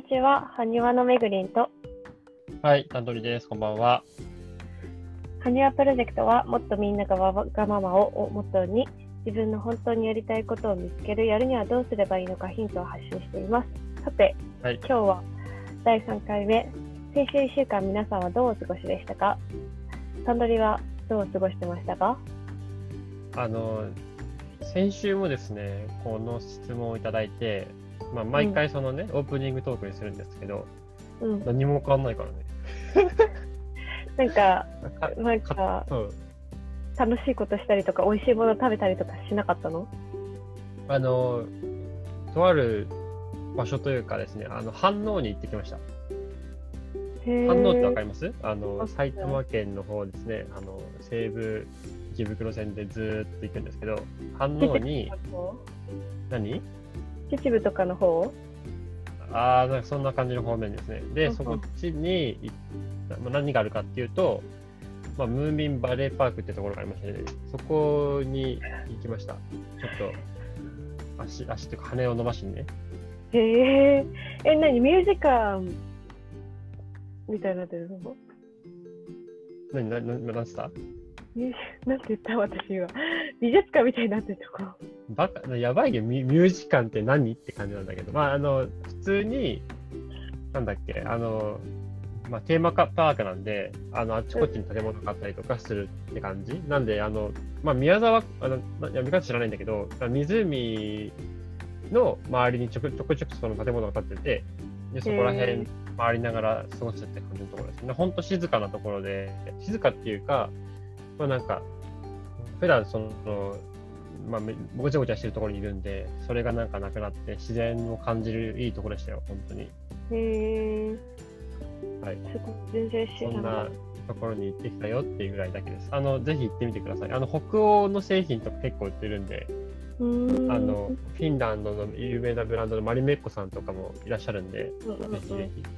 ちは、はにわのめぐりんと、 はい、タンドリです。こんばんは。 はにわプロジェクトは、もっとみんながわがままをモットーに、自分の本当にやりたいことを見つける、やるにはどうすればいいのかヒントを発信しています。さて、 はい、 今日は第3回目。先週1週間皆さんはどうお過ごしでしたか？タンドリはどう過ごしてましたか？ 先週もですね、この質問をいただいて、毎回そのね、オープニングトークにするんですけど、何も変わんないからね。 なんかうん、 楽しいことしたりとか、美味しいもの食べたりとかしなかったの？ とある場所というかですね、飯能に行ってきました。飯能ってわかります？埼玉県の方ですね、西武池袋線でずーっと行くんですけど、飯能に、何？ 秩父とかの方？ なんかそんな感じの方面ですね。で、そっちに何があるかっていうと、ムーミンバレーパークってところがありましてね、そこに行きました。ちょっと足というか羽を伸ばしにね。 へえ。何ミュージカルみたいになってるの？ なんつった？ なんて言った私は。美術館みたいになってるところ。 バカ、やばいよ、ミュージカルって何って感じなんだけど、普通に、なんだっけ、テーマパークなんで、あっちこっちに建物があったりとかするって感じなんで、宮沢、見方知らないんだけど、湖の周りにちょくちょくその建物が建ってて、で、そこら辺回りながら過ごすって感じのところですね。ほんと静かなところで、静かっていうか、なんか、普段ごちゃごちゃしてるところにいるんで、それがなんかなくなって自然を感じるいいところでしたよ、本当に。 へえ。 はい。 全然知らない。 そんなところに行ってきたよっていうぐらいだけです。ぜひ行ってみてください。北欧の製品とか結構売ってるんで、フィンランドの有名なブランドのマリメッコさんとかもいらっしゃるんで、ぜひぜひ。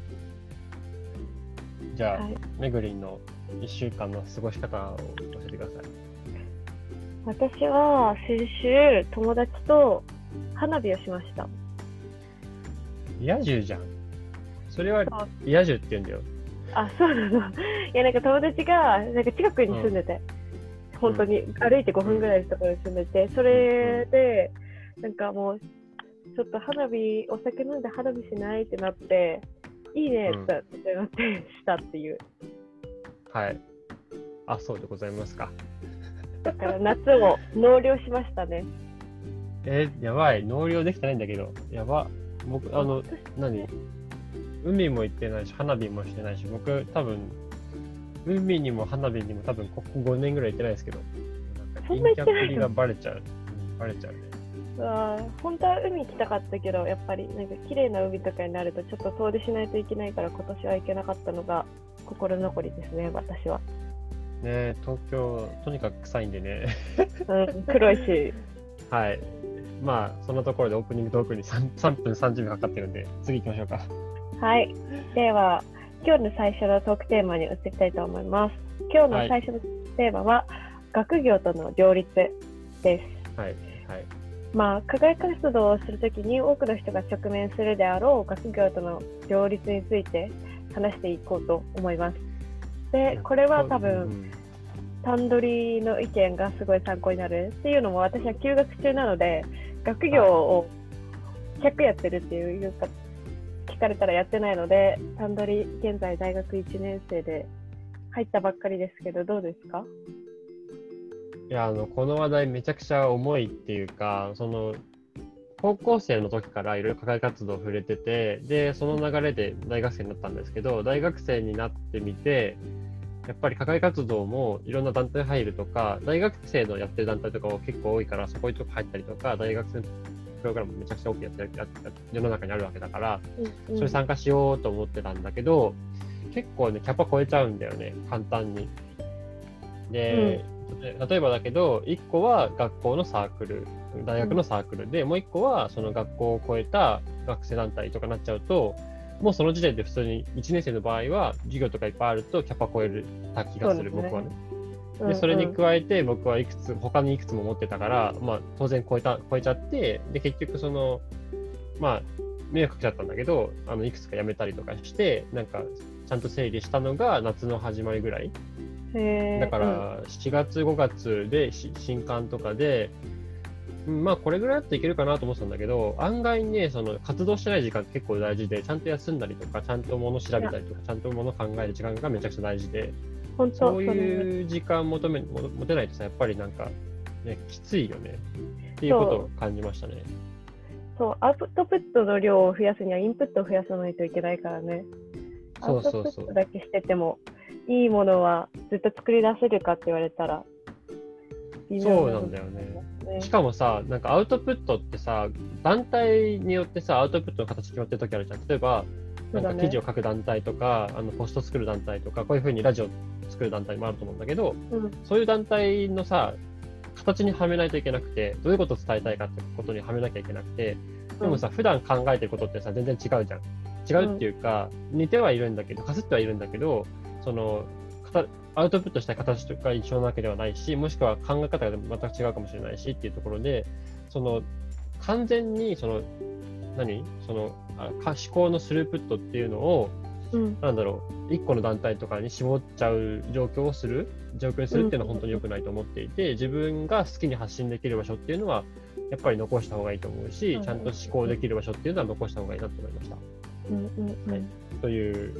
じゃあ、めぐりんの1週間の過ごし方を教えてください。 私は先週友達と花火をしました。 野獣じゃん。それは野獣って言うんだよ。 あ、そうなの。いや、なんか友達がなんか近くに住んでて、本当に歩いて5分ぐらいのところに住んでて、それでなんかもうちょっとお酒飲んで花火しないってなって、いいねってなってしたっていう。 はい。そうでございますか。 だから夏を納涼しましたね。 やばい。納涼できてないんだけど。やば。僕、海も行ってないし、花火もしてないし、僕、多分、海にも花火にも多分、ここ5年ぐらい行ってないですけど、陰キャっぷりがバレちゃう。バレちゃうね。 本当は海行きたかったけど、やっぱりなんか綺麗な海とかになるとちょっと遠出しないといけないから、今年は行けなかったのが心残りですね、私は。 ね、東京、とにかく臭いんでね。 黒いし。 はい。そのところでオープニングトークに 3分30秒かかってるんで、次行きましょうか。はい。 では、今日の最初のトークテーマに移りたいと思います。今日の最初のテーマは、学業との両立です。 はい。 課外活動をするときに多くの人が直面するであろう学業との両立について話していこうと思います。で、これは多分、タンドリの意見がすごい参考になるっていうのも、私は休学中なので、学業を100やってるっていうか、聞かれたらやってないので、タンドリ現在大学1年生で入ったばっかりですけど、どうですか？ いや、この話題めちゃくちゃ重いっていうか、高校生の時からいろいろ課外活動を触れてて、で、その流れで大学生になったんですけど、大学生になってみて、やっぱり課外活動もいろんな団体入るとか、大学生のやってる団体とかも結構多いから、そこにとか入ったりとか、大学生のプログラムめちゃくちゃ多くやってる世の中にあるわけだから、それ参加しようと思ってたんだけど、結構ね、キャパ超えちゃうんだよね、簡単に。で、例えばだけど、1個は学校のサークル、大学のサークルで、もう1個はその学校を超えた学生団体とかになっちゃうと、もうその時点で普通に1年生の場合は授業とかいっぱいあるとキャパ超えた気がする、僕はね。で、それに加えて僕は他にいくつも持ってたから、当然超えちゃって、で、結局迷惑かけちゃったんだけど、いくつか辞めたりとかして、なんかちゃんと整理したのが夏の始まりぐらい。だから4月5月で新刊とかで、まあこれぐらいだといけるかなと思ってたんだけど、案外ね、その活動してない時間結構大事で、ちゃんと休んだりとか、ちゃんと物調べたりとか、ちゃんと物考える時間がめちゃくちゃ大事で、そういう時間持てないとさ、やっぱりなんか、ね、きついよねっていうことを感じましたね。 そう、アウトプットの量を増やすにはインプットを増やさないといけないからね。アウトプットだけしててもいいものはずっと作り出せるかって言われたらそうなんだよね。しかもさ、なんかアウトプットってさ、団体によってさ、アウトプットの形決まってる時あるじゃん。例えば、なんか記事を書く団体とか、ポスト作る団体とか、こういうふうにラジオ作る団体もあると思うんだけど、そういう団体のさ、形にはめないといけなくて、どういうことを伝えたいかってことにはめなきゃいけなくて、でもさ、普段考えてることってさ、全然違うじゃん。違うっていうか、似てはいるんだけど、かすってはいるんだけど、その、アウトプットした形とか一緒なわけではないし、もしくは考え方が全く違うかもしれないしっていうところで、その、完全に、思考のスループットっていうのを、なんだろう、一個の団体とかに絞っちゃう状況にするっていうのは本当に良くないと思っていて、自分が好きに発信できる場所っていうのは、やっぱり残した方がいいと思うし、ちゃんと思考できる場所っていうのは残した方がいいなと思いました。はい、という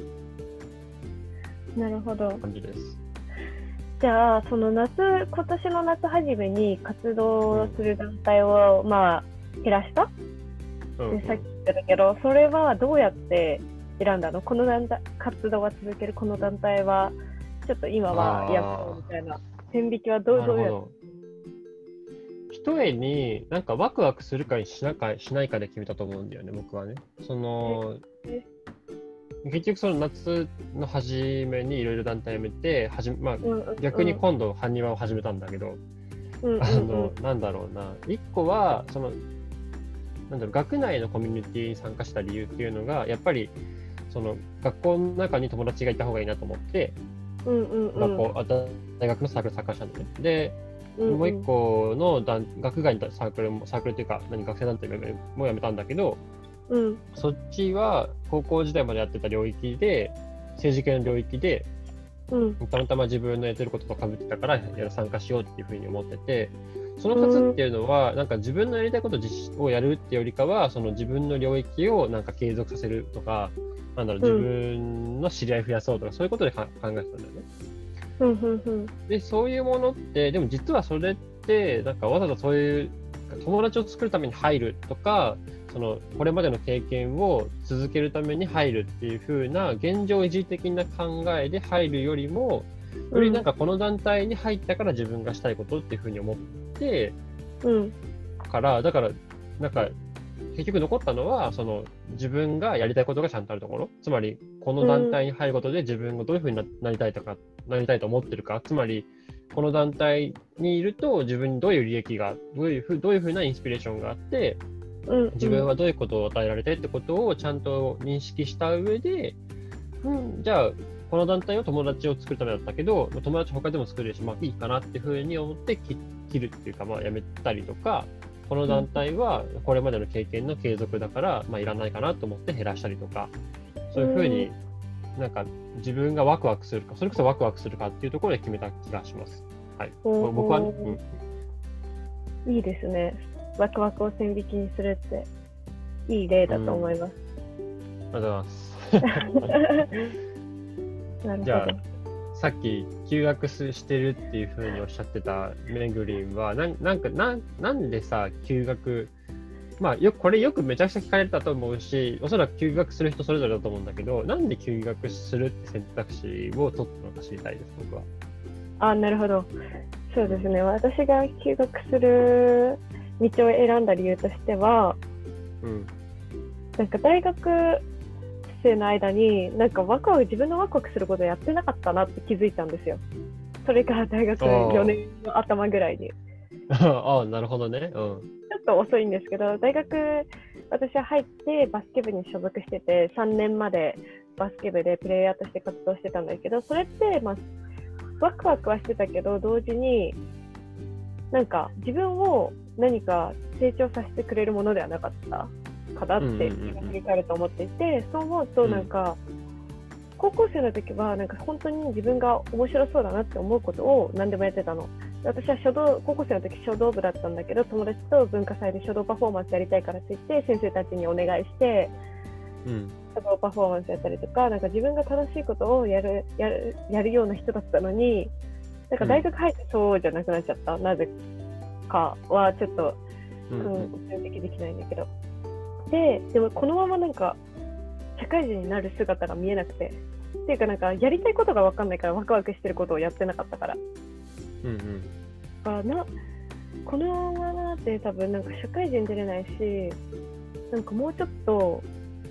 感じです。 じゃあ、その今年の夏初めに活動する団体を、減らした、ってさっき言ってたけど、それはどうやって選んだの？この団体、活動は続けるこの団体は、ちょっと今はやったみたいな、線引きはどうやって？ ひとえになんかワクワクするかしないかで決めたと思うんだよね、僕はね。結局その夏の初めにいろいろ団体辞めて逆に今度埴輪を始めたんだけど、なんだろうな、一個は学内のコミュニティに参加した理由っていうのがやっぱりその学校の中に友達がいた方がいいなと思って、大学のサークル参加したのね。で、もう一個の学外のサークルっていうか学生団体も辞めたんだけど、そっちは高校時代までやってた領域で、政治系の領域で、たまたま自分のやってることと被ってたから参加しようっていうふうに思ってて、その活っていうのはなんか自分のやりたいことをやるっていうよりかは、その自分の領域をなんか継続させるとか、自分の知り合い増やそうとか、そういうことで考えてたんだよね。で、そういうものって、でも実はそれってなんかわざわざそういう友達を作るために入るとか、これまでの経験を続けるために入るっていう風な現状維持的な考えで入るよりも、よりなんかこの団体に入ったから自分がしたいことっていう風に思って、だからなんか結局残ったのは自分がやりたいことがちゃんとあるところ、つまりこの団体に入ることで自分がどういう風になりたいと思ってるか、つまりこの団体にいると自分にどういう利益がどういう風なインスピレーションがあって、自分はどういうことを与えられてってことをちゃんと認識した上で、じゃあこの団体を友達を作るためだったけど、友達他でも作れるし、いいかなっていうふうに思って切るっていうか、やめたりとか、この団体はこれまでの経験の継続だから、いらないかなと思って減らしたりとか、そういうふうになんか自分がワクワクするか、それこそワクワクするかっていうところで決めた気がします。はい。僕はね、 いいですね。ワクワクを線引きにするっていい例だと思います。 ありがとうございます。じゃあさっき休学してるっていうふうにおっしゃってためぐりんはなんでさ休学、これよくめちゃくちゃ聞かれたと思うし、おそらく休学する人それぞれだと思うんだけど、なんで休学するって選択肢を取ったのか知りたいです、僕は。 なるほど。そうですね。私が休学する道を選んだ理由としては、なんか大学生の間に自分のワクワクすることをやってなかったなって気づいたんですよ。それから大学4年の頭ぐらいに。 なるほどね。ちょっと遅いんですけど、大学私は入ってバスケ部に所属してて、3年までバスケ部でプレイヤーとして活動してたんだけど、それってワクワクはしてたけど、同時になんか自分を何か成長させてくれるものではなかった。 かなって今振り返ると思っていて、そう思うとなんか、高校生の時はなんか本当に自分が面白そうだなって思うことを何でもやってたの。私は高校生の時書道部だったんだけど、友達と文化祭で書道パフォーマンスやりたいからって言って先生たちにお願いして、書道パフォーマンスやったりとか、なんか自分が楽しいことをやるような人だったのに、なんか大学入ってそうじゃなくなっちゃった、なぜかはちょっと分析できないんだけど、でもこのままなんか社会人になる姿が見えなくて、っていうかなんかやりたいことが分かんないから、ワクワクしてることをやってなかったから、このままで多分なんか社会人出れないし、なんかもうちょっと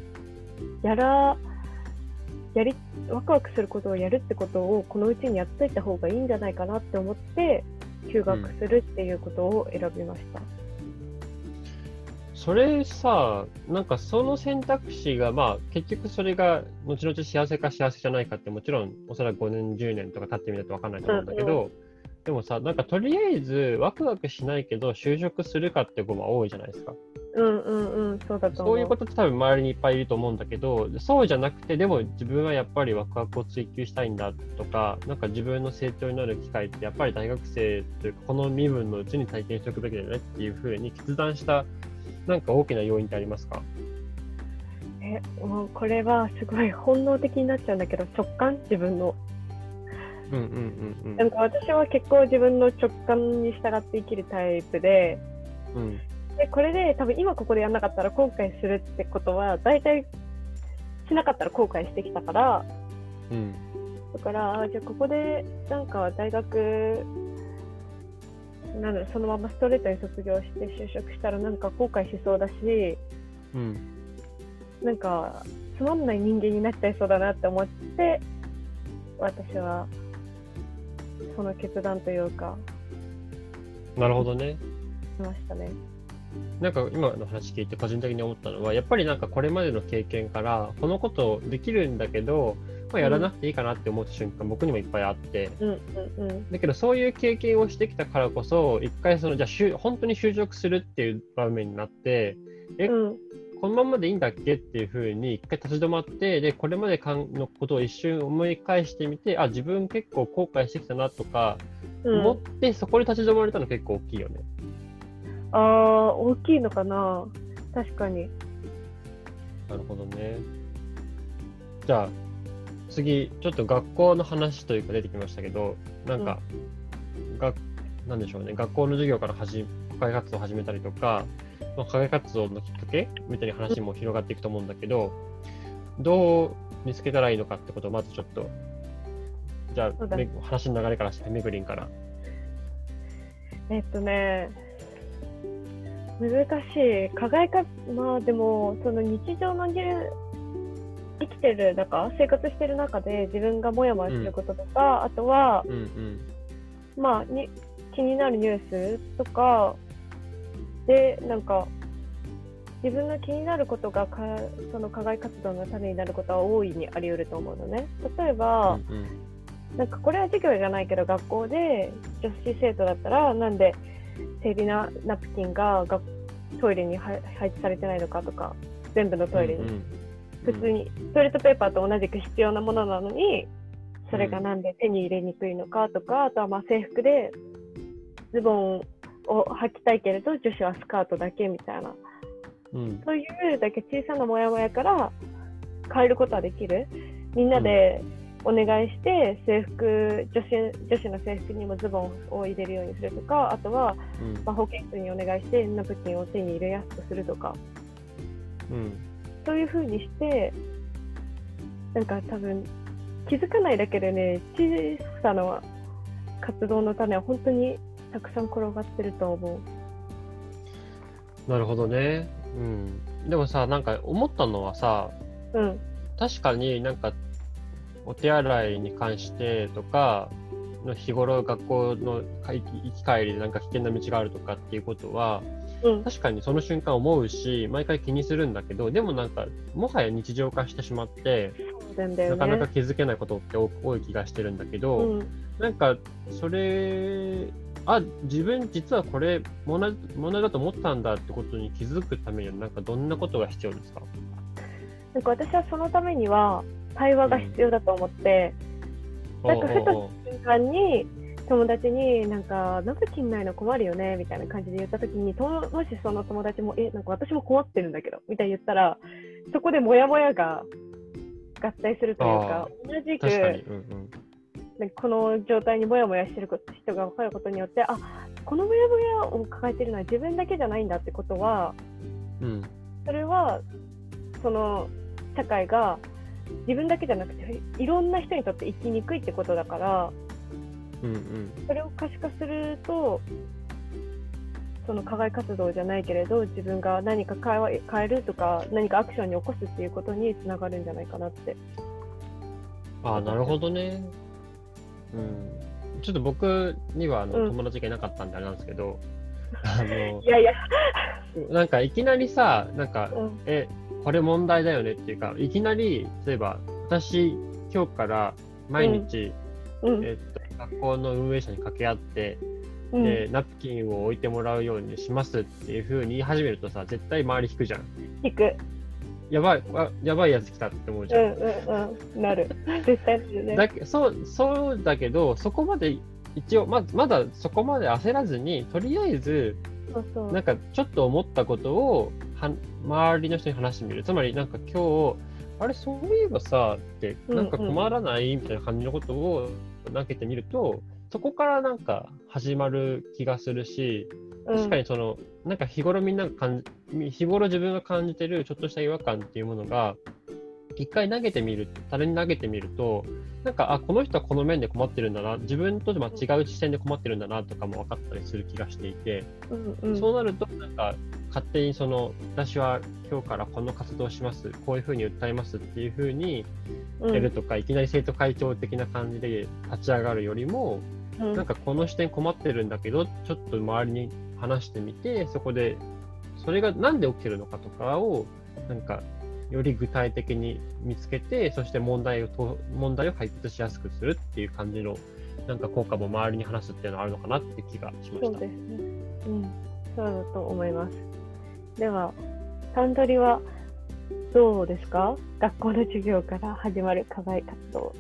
ワクワクすることをやるってことをこのうちにやっといた方がいいんじゃないかなって思って休学するっていうことを選びました。 それさ、なんかその選択肢が、まあ結局それが後々幸せか幸せじゃないかって、もちろんおそらく5年10年とか経ってみないと分かんないと思うんだけど、でもさ、なんかとりあえずワクワクしないけど就職するかって子も多いじゃないですか。 そうだと思う。 そういうことって多分周りにいっぱいいると思うんだけど、そうじゃなくて、でも自分はやっぱりワクワクを追求したいんだとか、なんか自分の成長になる機会ってやっぱり大学生というかこの身分のうちに体験しておくべきだよねっていうふうに決断したなんか大きな要因ってありますか？ もうこれはすごい本能的になっちゃうんだけど、直感、自分の。なんか私は結構自分の直感に従って生きるタイプで、でこれで多分今ここでやんなかったら後悔するってことは大体しなかったら後悔してきたから、だからじゃあここでなんか大学そのままストレートに卒業して就職したらなんか後悔しそうだし、なんかつまんない人間になっちゃいそうだなって思って、私はその決断というか。 なるほどね。 しましたね。 なんか今の話聞いて個人的に思ったのは、やっぱりなんかこれまでの経験からこのことできるんだけど、やらなくていいかなって思った瞬間、僕にもいっぱいあって、だけどそういう経験をしてきたからこそ、一回じゃあ本当に就職するっていう場面になって、このままでいいんだっけっていうふうに一回立ち止まって、でこれまでのことを一瞬思い返してみて、自分結構後悔してきたなとか思って、そこに立ち止まれたの結構大きいよね。 大きいのかな。確かに。 なるほどね。じゃあ次ちょっと学校の話というか出てきましたけど、なんか、なんでしょうね、学校の授業から課外活動を始めたりとか、課外活動のきっかけみたいな話も広がっていくと思うんだけど、どう見つけたらいいのかってことをまずちょっと、じゃあ、話の流れからしてめぐりんから。 難しい。でもその日常の生きてる中、生活してる中で自分がモヤモヤすることとか、あとは、気になるニュースとかで、なんか自分の気になることがその課外活動の種になることは大いにあり得ると思うのね。例えば、なんかこれは授業じゃないけど、学校で女子生徒だったらなんで生理ナプキンがトイレに配置されてないのかとか、全部のトイレに、普通にトイレットペーパーと同じく必要なものなのに、それがなんで手に入れにくいのかとか、あとは制服でズボンを履きたいけれど女子はスカートだけみたいな、そういうだけ小さなモヤモヤから変えることはできる。みんなでお願いして女子の制服にもズボンを入れるようにするとか、あとは、保健室にお願いしてナプキンを手に入れやすくするとか、そういう風にして、なんか多分気づかないだけでね、小さな活動の種は本当にたくさん転がってると思う。なるほどね。でもさ、なんか思ったのはさ、確かになんかお手洗いに関してとかの日頃学校の行き帰りでなんか危険な道があるとかっていうことは、確かにその瞬間思うし、毎回気にするんだけど、でもなんかもはや日常化してしまって、なかなか気づけないことって多い気がしてるんだけど、なんかそれ自分実はこれ問題だと思ったんだってことに気づくためには、なんかどんなことが必要ですか？ なんか私はそのためには対話が必要だと思って、なんかふと瞬間に友達になんか気にないの困るよねみたいな感じで言った時に、もしその友達もなんか私も困ってるんだけどみたいに言ったら、そこでモヤモヤが合体するというか、同じく、この状態にモヤモヤしてる人が分かることによって、このモヤモヤを抱えているのは自分だけじゃないんだってことは、それはその社会が自分だけじゃなくていろんな人にとって生きにくいってことだから、それを可視化すると、その課外活動じゃないけれど自分が何か変えるとか何かアクションに起こすっていうことにつながるんじゃないかなって。 なるほどね。ちょっと僕には友達がいなかったんであれなんですけど、 いやいやなんかいきなりさ、なんか、これ問題だよねっていうか、いきなり例えば私今日から毎日、学校の運営者に掛け合って、ナプキンを置いてもらうようにしますっていう風に言い始めるとさ、絶対周り引くじゃん。 引く。 やばいやつ来たって思うじゃん。 なる。絶対なるね。 そうだけど、そこまで一応まだそこまで焦らずに、とりあえずなんかちょっと思ったことを周りの人に話してみる。つまりなんか今日あれそういえばさってなんか困らないみたいな感じのことを投げてみると、そこからなんか始まる気がするし、確かになんか日頃自分が感じてるちょっとした違和感っていうものが一回誰に投げてみると、なんかこの人はこの面で困ってるんだな、自分と違う視点で困ってるんだなとかも分かったりする気がしていて、そうなるとなんか勝手に私は今日からこの活動をします、こういうふうに訴えますっていうふうにやるとか、いきなり生徒会長的な感じで立ち上がるよりも、なんかこの視点困ってるんだけど、ちょっと周りに話してみて、そこでそれがなんで起きてるのかとかをなんかより具体的に見つけて、そして問題を解決しやすくするっていう感じのなんか効果も周りに話すっていうのはあるのかなって気がしました。 そうですね。そうだと思います。ではサンドリはどうですか？学校の授業から始まる課外活動。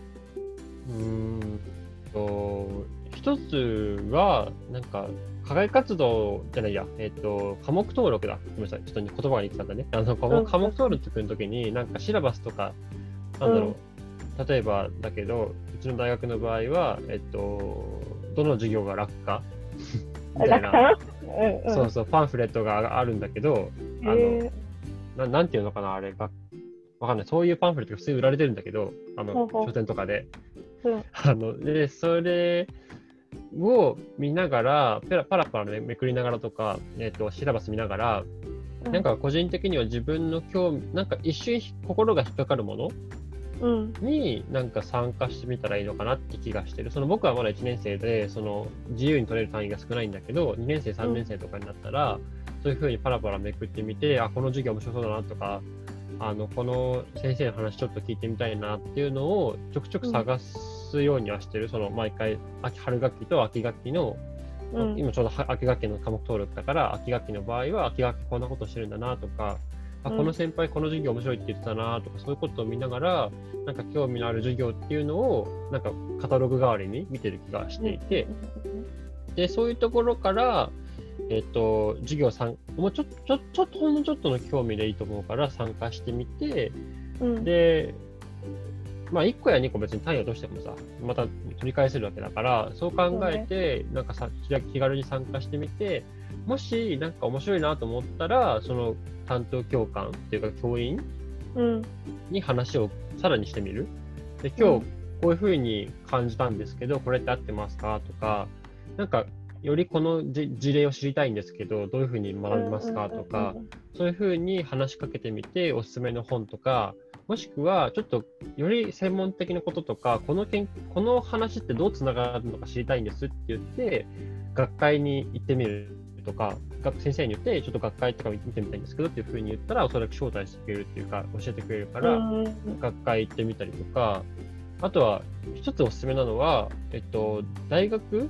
一つはなんか課外活動じゃないや、科目登録だ。ごめんなさい、ちょっと言葉が似てたんだね。科目登録の時になんかシラバスとか、例えばだけど、うちの大学の場合はどの授業が楽かみたいな、そうパンフレットがあるんだけど、なんていうのかな、あれがわかんない。そういうパンフレットが普通に売られてるんだけど、書店とかで。で、それを見ながら、パラパラめくりながらとか、シラバス見ながら、なんか個人的には自分の興味、なんか一瞬心が引っかかるものになんか参加してみたらいいのかなって気がしてる。僕はまだ1年生で、自由に取れる単位が少ないんだけど、2年生、3年生とかになったら、そういう風にパラパラめくってみて、この授業面白そうだなとか、この先生の話ちょっと聞いてみたいなっていうのをちょくちょく探すようにはしてる。毎回春学期と秋学期の、今ちょうど秋学期の科目登録だから、秋学期の場合は秋学期こんなことしてるんだなとか、この先輩この授業面白いって言ってたなとか、そういうことを見ながらなんか興味のある授業っていうのをなんかカタログ代わりに見てる気がしていて、でそういうところから授業もうちょっとほんのちょっとの興味でいいと思うから参加してみて、で、1個や2個別に単位を落としてもさ、また取り返せるわけだから、そう考えて、なんか気軽に参加してみて、もしなんか面白いなと思ったら、その担当教官っていうか教員に話をさらにしてみる。で、今日こういうふうに感じたんですけど、これって合ってますかとか、なんかよりこの事例を知りたいんですけど、どういうふうに学びますかとか、そういうふうに話しかけてみて、おすすめの本とか、もしくはちょっとより専門的なこととか、この話ってどうつながるのか知りたいんですって言って、学会に行ってみるとか、先生に言って、ちょっと学会とか見てみたいんですけどっていうふうに言ったら、おそらく招待してくれるっていうか、教えてくれるから、学会行ってみたりとか、あとは、一つおすすめなのは、大学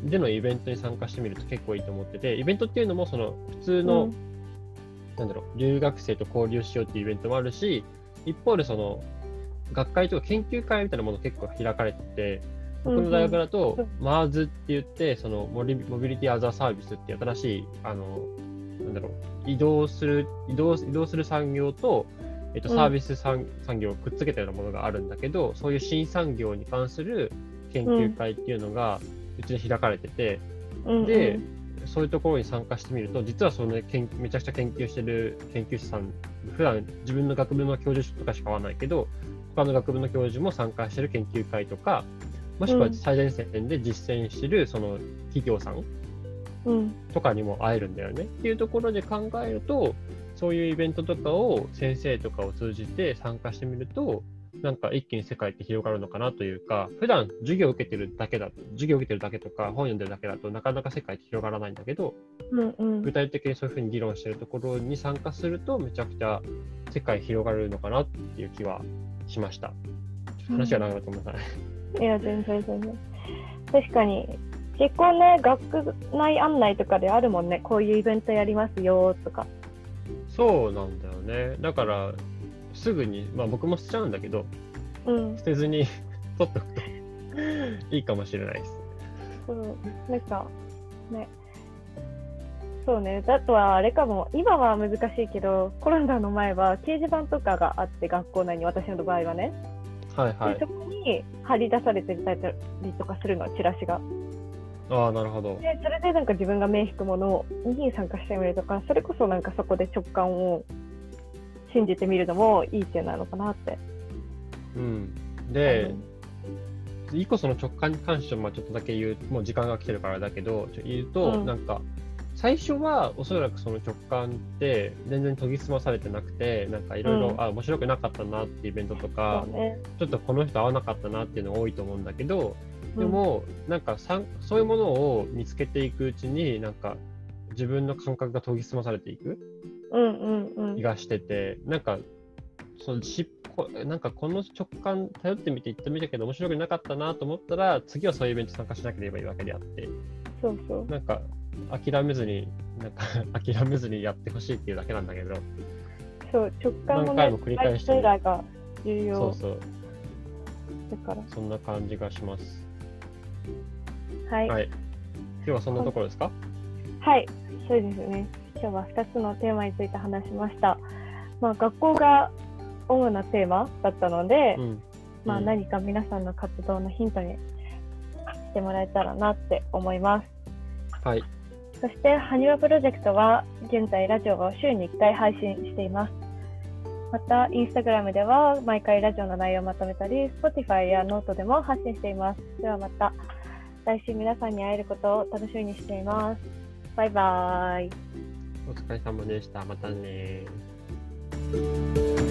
でのイベントに参加してみると結構いいと思ってて、イベントっていうのもその普通の、なんだろう、留学生と交流しようっていうイベントもあるし、一方でその学会とか研究会みたいなもの結構開かれてて、僕の大学だと、MARS って言って、そのモビリティアザーサービスっていう新しい、なんだろう、移動する産業と、サービス産業をくっつけたようなものがあるんだけど、そういう新産業に関する研究会っていうのがうちで開かれてて、で、そういうところに参加してみると、実はその、めちゃくちゃ研究してる研究者さん、普段自分の学部の教授とかしか会わないけど、他の学部の教授も参加してる研究会とか、もしくは最前線で実践してるその企業さんとかにも会えるんだよねっていうところで考えると、そういうイベントとかを先生とかを通じて参加してみると、なんか一気に世界って広がるのかなというか、普段授業を受けてるだけとか本読んでるだけだとなかなか世界って広がらないんだけど、具体的にそういうふうに議論してるところに参加するとめちゃくちゃ世界広がるのかなっていう気はしました。話が長くなってごめんなさい。 いや、全然。確かに、結構ね、学内案内とかであるもんね、こういうイベントやりますよとか。 そうなんだよね。だから、すぐに、まあ僕も捨てちゃうんだけど、捨てずに取っておくといいかもしれないです。 なんか、ね。そうね、あとはあれかも、今は難しいけど、コロナの前は掲示板とかがあって、学校内に、私の場合はね。でそこに貼り出されてたりとかするの、チラシが。 ああ、なるほど。 でそれでなんか自分が目引くものに参加してみるとか、それこそなんかそこで直感を信じてみるのもいい点なのかなって。 で、一個その直感に関してもちょっとだけ言う、もう時間が来てるからだけど、言うと、なんか、最初はおそらくその直感って全然研ぎ澄まされてなくて、なんかいろいろ面白くなかったなっていうイベントとか、ちょっとこの人合わなかったなっていうのが多いと思うんだけど、でもなんかそういうものを見つけていくうちになんか自分の感覚が研ぎ澄まされていく気がしてて、なんかなんかこの直感頼ってみて行ってみたけど面白くなかったなと思ったら、次はそういうイベント参加しなければいいわけであって、なんか諦めずにやってほしいっていうだけなんだけど、 直感をね、 何回も繰り返してが重要。 だからそんな感じがします。 はい。 今日はそんなところですか？ はい、そうですね。今日は2つのテーマについて話しました。まあ、学校が主なテーマだったので、まあ、何か皆さんの活動のヒントにしてもらえたらなって思います。 はい。 そして、はにわプロジェクトは現在ラジオを週に1回配信しています。また、インスタグラムでは毎回ラジオの内容をまとめたり、Spotify やノートでも発信しています。ではまた来週皆さんに会えることを楽しみにしています。バイバイ。 お疲れ様でした。またね。